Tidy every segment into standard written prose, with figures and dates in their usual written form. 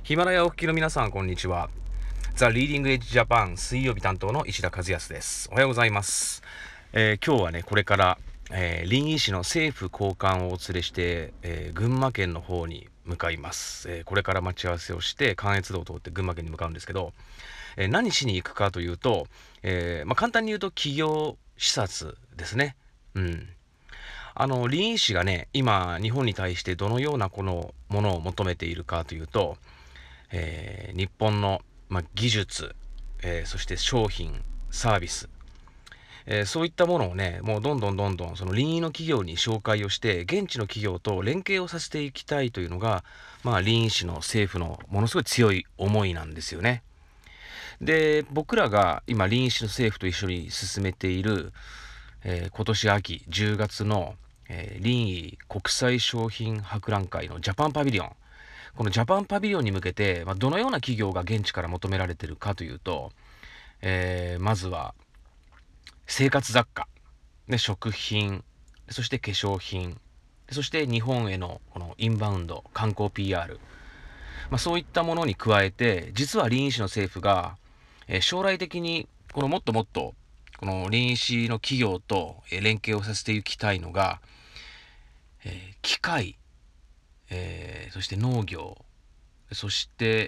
ヒマラヤお聞きの皆さん、こんにちは。ザ・リーディング・エッジ・ジャパン水曜日担当の石田和康です。おはようございます。今日はね、これから、臨沂市の政府高官をお連れして、群馬県の方に向かいます。これから待ち合わせをして、関越道を通って群馬県に向かうんですけど、何しに行くかというと、簡単に言うと企業視察ですね。うん。臨沂市がね、今、日本に対してどのようなこのものを求めているかというと、日本の、技術、そして商品、サービス、そういったものをね、もうどんどんその臨沂の企業に紹介をして、現地の企業と連携をさせていきたいというのが、臨沂市の政府のものすごい強い思いなんですよね。で、僕らが今臨沂市の政府と一緒に進めている、今年秋10月の、臨沂国際商品博覧会のジャパンパビリオン、このジャパンパビリオンに向けて、どのような企業が現地から求められているかというと、まずは生活雑貨、で食品、そして化粧品、そして日本へのこのインバウンド、観光 PR、そういったものに加えて、実は臨沂市の政府が、将来的にこのもっともっとこの臨沂市の企業と連携をさせていきたいのが、機械、そして農業、そして、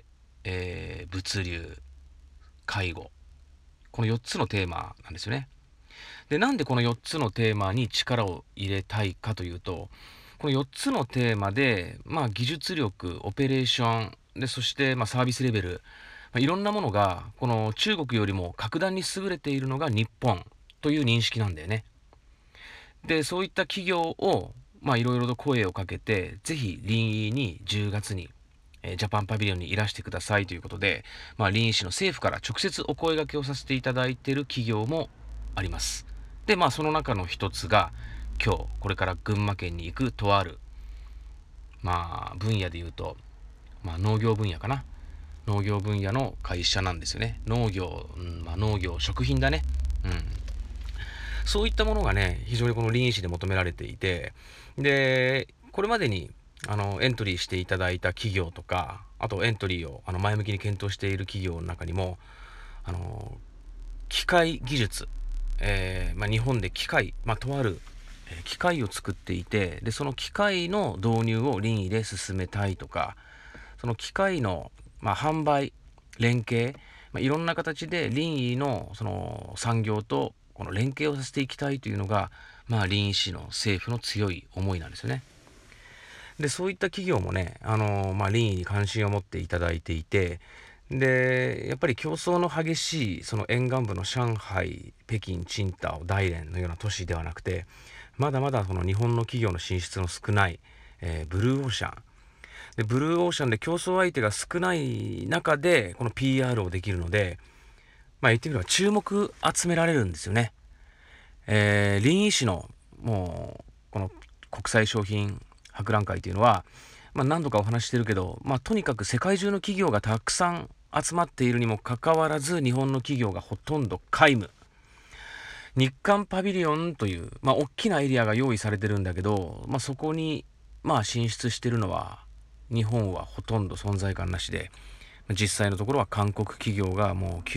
物流、介護、この4つのテーマなんですよね。で、なんでこの4つのテーマに力を入れたいかというと、この4つのテーマで、技術力、オペレーション、で、そして、サービスレベル、いろんなものが、この中国よりも格段に優れているのが日本という認識なんだよね。で、そういった企業を、いろいろと声をかけて、ぜひ臨沂に10月にジャパンパビリオンにいらしてくださいということで、臨沂市の政府から直接お声掛けをさせていただいている企業もあります。で、その中の一つが、今日、これから群馬県に行くとある、分野で言うと、農業分野かな。農業分野の会社なんですよね。農業、農業、食品だね。うん。そういったものがね、非常にこの臨沂市で求められていて、で、これまでにエントリーしていただいた企業とか、あとエントリーを前向きに検討している企業の中にも、あの機械技術、日本で機械、とある機械を作っていて、でその機械の導入を臨沂で進めたいとか、その機械の、販売、連携、いろんな形で臨沂のその産業とこの連携をさせていきたいというのが、臨沂市の政府の強い思いなんですよね。で、そういった企業もね、臨沂に関心を持っていただいていて、で、やっぱり競争の激しいその沿岸部の上海、北京、青島、大連のような都市ではなくて、まだまだその日本の企業の進出の少ない、ブルーオーシャン、でブルーオーシャンで競争相手が少ない中でこの PR をできるので、言ってみれば注目集められるんですよね。臨沂市のもうこの国際商品博覧会というのは、何度かお話ししてるけど、とにかく世界中の企業がたくさん集まっているにもかかわらず、日本の企業がほとんど皆無。日韓パビリオンという、大きなエリアが用意されてるんだけど、そこに、進出してるのは、日本はほとんど存在感なしで、実際のところは韓国企業がもう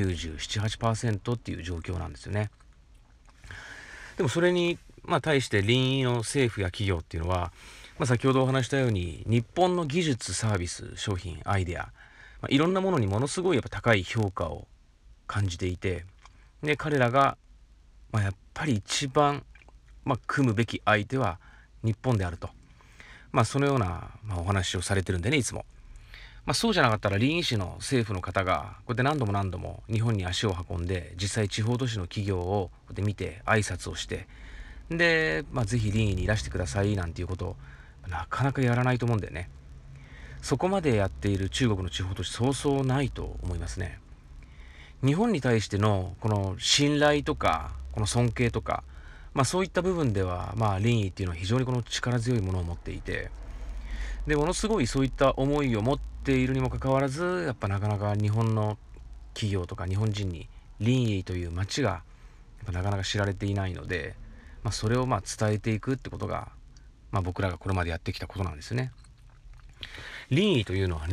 97、8%っていう状況なんですよね。でもそれに、対して臨沂の政府や企業っていうのは、先ほどお話したように、日本の技術、サービス、商品、アイデア、いろんなものにものすごいやっぱ高い評価を感じていて、で、彼らがやっぱり一番、組むべき相手は日本であると。そのような、お話をされてるんでね、いつも。そうじゃなかったら、臨沂市の政府の方が、こうやって何度も何度も日本に足を運んで、実際地方都市の企業をこうやって見て、挨拶をして、で、ぜひ臨沂にいらしてください、なんていうことを、なかなかやらないと思うんだよね。そこまでやっている中国の地方都市、そうそうないと思いますね。日本に対してのこの信頼とかこの尊敬とか、そういった部分では、臨沂っていうのは非常にこの力強いものを持っていて、でものすごいそういった思いを持っているにもかかわらず、やっぱなかなか日本の企業とか日本人に臨沂という街がやっぱなかなか知られていないので、それを伝えていくってことが、僕らがこれまでやってきたことなんですね。臨沂というのはね、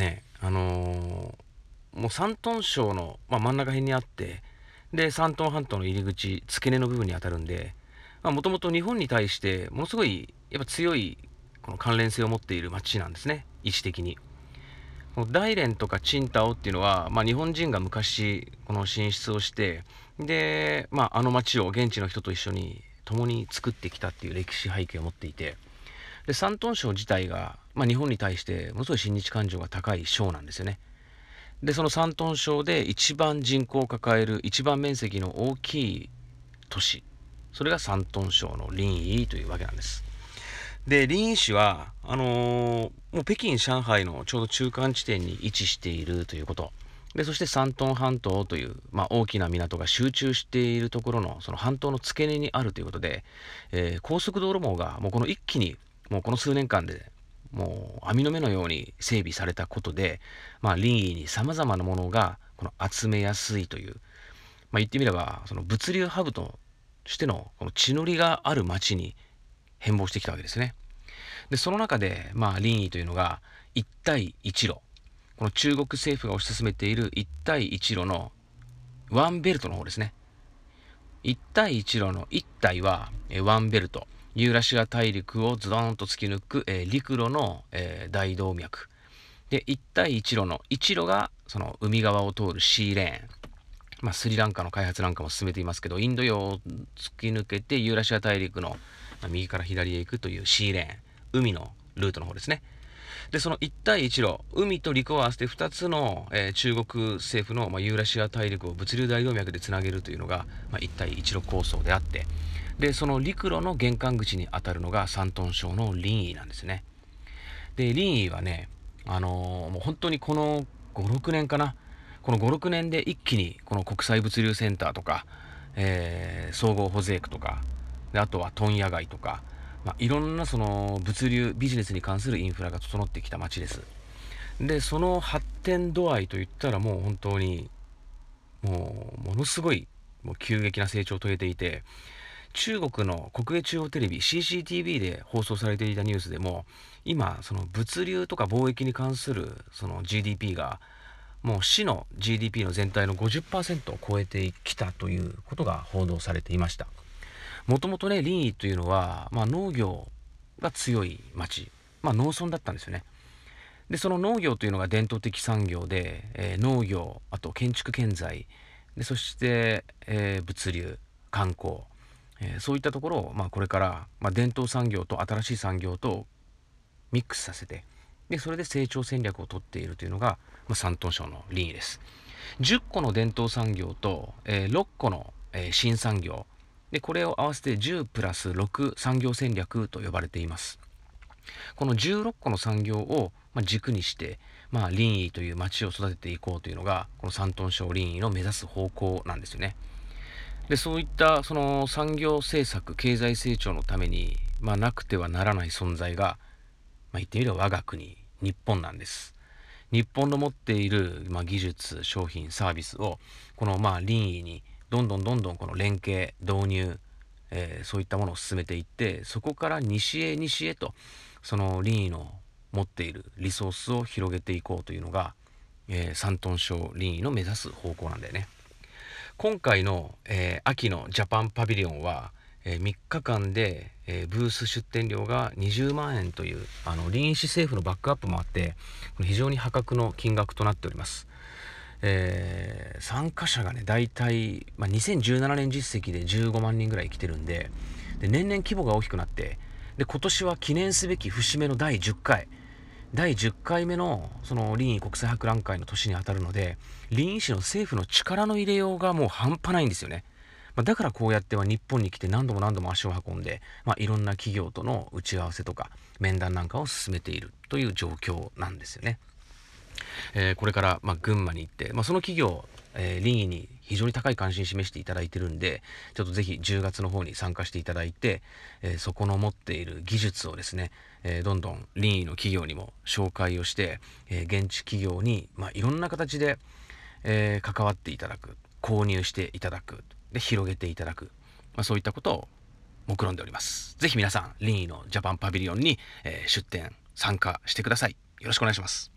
もう山東省の、真ん中辺にあって、で、山東半島の入り口、付け根の部分に当たるんで、もともと日本に対して、ものすごい、やっぱ強い、この関連性を持っている町なんですね、位置的に。この大連とか青島っていうのは、日本人が昔、この進出をして、で、あの町を現地の人と一緒に共に作ってきたっていう歴史背景を持っていて、で、山東省自体が、日本に対してものすごい親日感情が高い省なんですよね。で、その山東省で一番人口を抱える、一番面積の大きい都市、それが山東省の臨沂というわけなんです。で、臨沂市は、もう北京、上海のちょうど中間地点に位置しているということ。で、そして山東半島という、大きな港が集中しているところの、その半島の付け根にあるということで、高速道路網がもうこの一気に、もうこの数年間で、もう網の目のように整備されたことで、臨沂に様々なものがこの集めやすいという、言ってみれば、その物流ハブとしてのこの地の利がある町に変貌してきたわけですね。で、その中で、臨沂というのが一帯一路。この中国政府が推し進めている一帯一路のワンベルトの方ですね。一帯一路の一帯はワンベルト。ユーラシア大陸をズドーンと突き抜く陸路の大動脈。で、一帯一路の一路がその海側を通るシーレーン。スリランカの開発なんかも進めていますけど、インド洋を突き抜けてユーラシア大陸の右から左へ行くというシーレーン。海のルートの方ですね。で、その一帯一路、海と陸を合わせて2つの、中国政府の、ユーラシア大陸を物流大動脈でつなげるというのが、一帯一路構想であって、で、その陸路の玄関口に当たるのが山東省の臨沂なんですね。で、臨沂はね、もう本当にこの5、6年かな。この5、6年で一気にこの国際物流センターとか、総合保税区とか、であとは問屋街とか、いろんなその物流ビジネスに関するインフラが整ってきた街です。で、その発展度合いといったらもう本当にもうものすごいもう急激な成長を遂げていて、中国の国営中央テレビ CCTV で放送されていたニュースでも、今その物流とか貿易に関するその GDP がもう市の GDP の全体の 50% を超えてきたということが報道されていました。もともとね、臨沂というのは、農業が強い町、農村だったんですよね。で、その農業というのが伝統的産業で、農業、あと建築建材、でそして、物流、観光、そういったところを、これから、伝統産業と新しい産業とミックスさせて、でそれで成長戦略をとっているというのが、山東省の臨沂です。10個の伝統産業と、6個の、新産業で、これを合わせて10プラス6産業戦略と呼ばれています。この16個の産業を軸にして、臨沂という町を育てていこうというのが、この山東省臨沂の目指す方向なんですよね。で、そういったその産業政策、経済成長のために、なくてはならない存在が、言ってみれば我が国、日本なんです。日本の持っている、技術、商品、サービスを、この臨沂にどんどんどんどんこの連携、導入、そういったものを進めていって、そこから西へ西へと、その臨沂の持っているリソースを広げていこうというのが、山東省臨沂の目指す方向なんだよね。今回の、秋のジャパンパビリオンは、3日間で、ブース出店料が20万円という臨沂市政府のバックアップもあって、非常に破格の金額となっております。参加者がね、大体、2017年実績で15万人ぐらい来てるんで、年々規模が大きくなって、で今年は記念すべき節目の第10回目のその臨沂国際博覧会の年にあたるので、臨沂市の政府の力の入れようがもう半端ないんですよね。だからこうやっては日本に来て何度も何度も足を運んで、いろんな企業との打ち合わせとか面談なんかを進めているという状況なんですよね。これから、群馬に行って、その企業、臨沂に非常に高い関心示していただいてるんで、ちょっとぜひ10月の方に参加していただいて、そこの持っている技術をですね、どんどん臨沂の企業にも紹介をして、現地企業に、いろんな形で、関わっていただく、購入していただく、で広げていただく、そういったことを目論んでおります。ぜひ皆さん、臨沂のジャパンパビリオンに、出展参加してください。よろしくお願いします。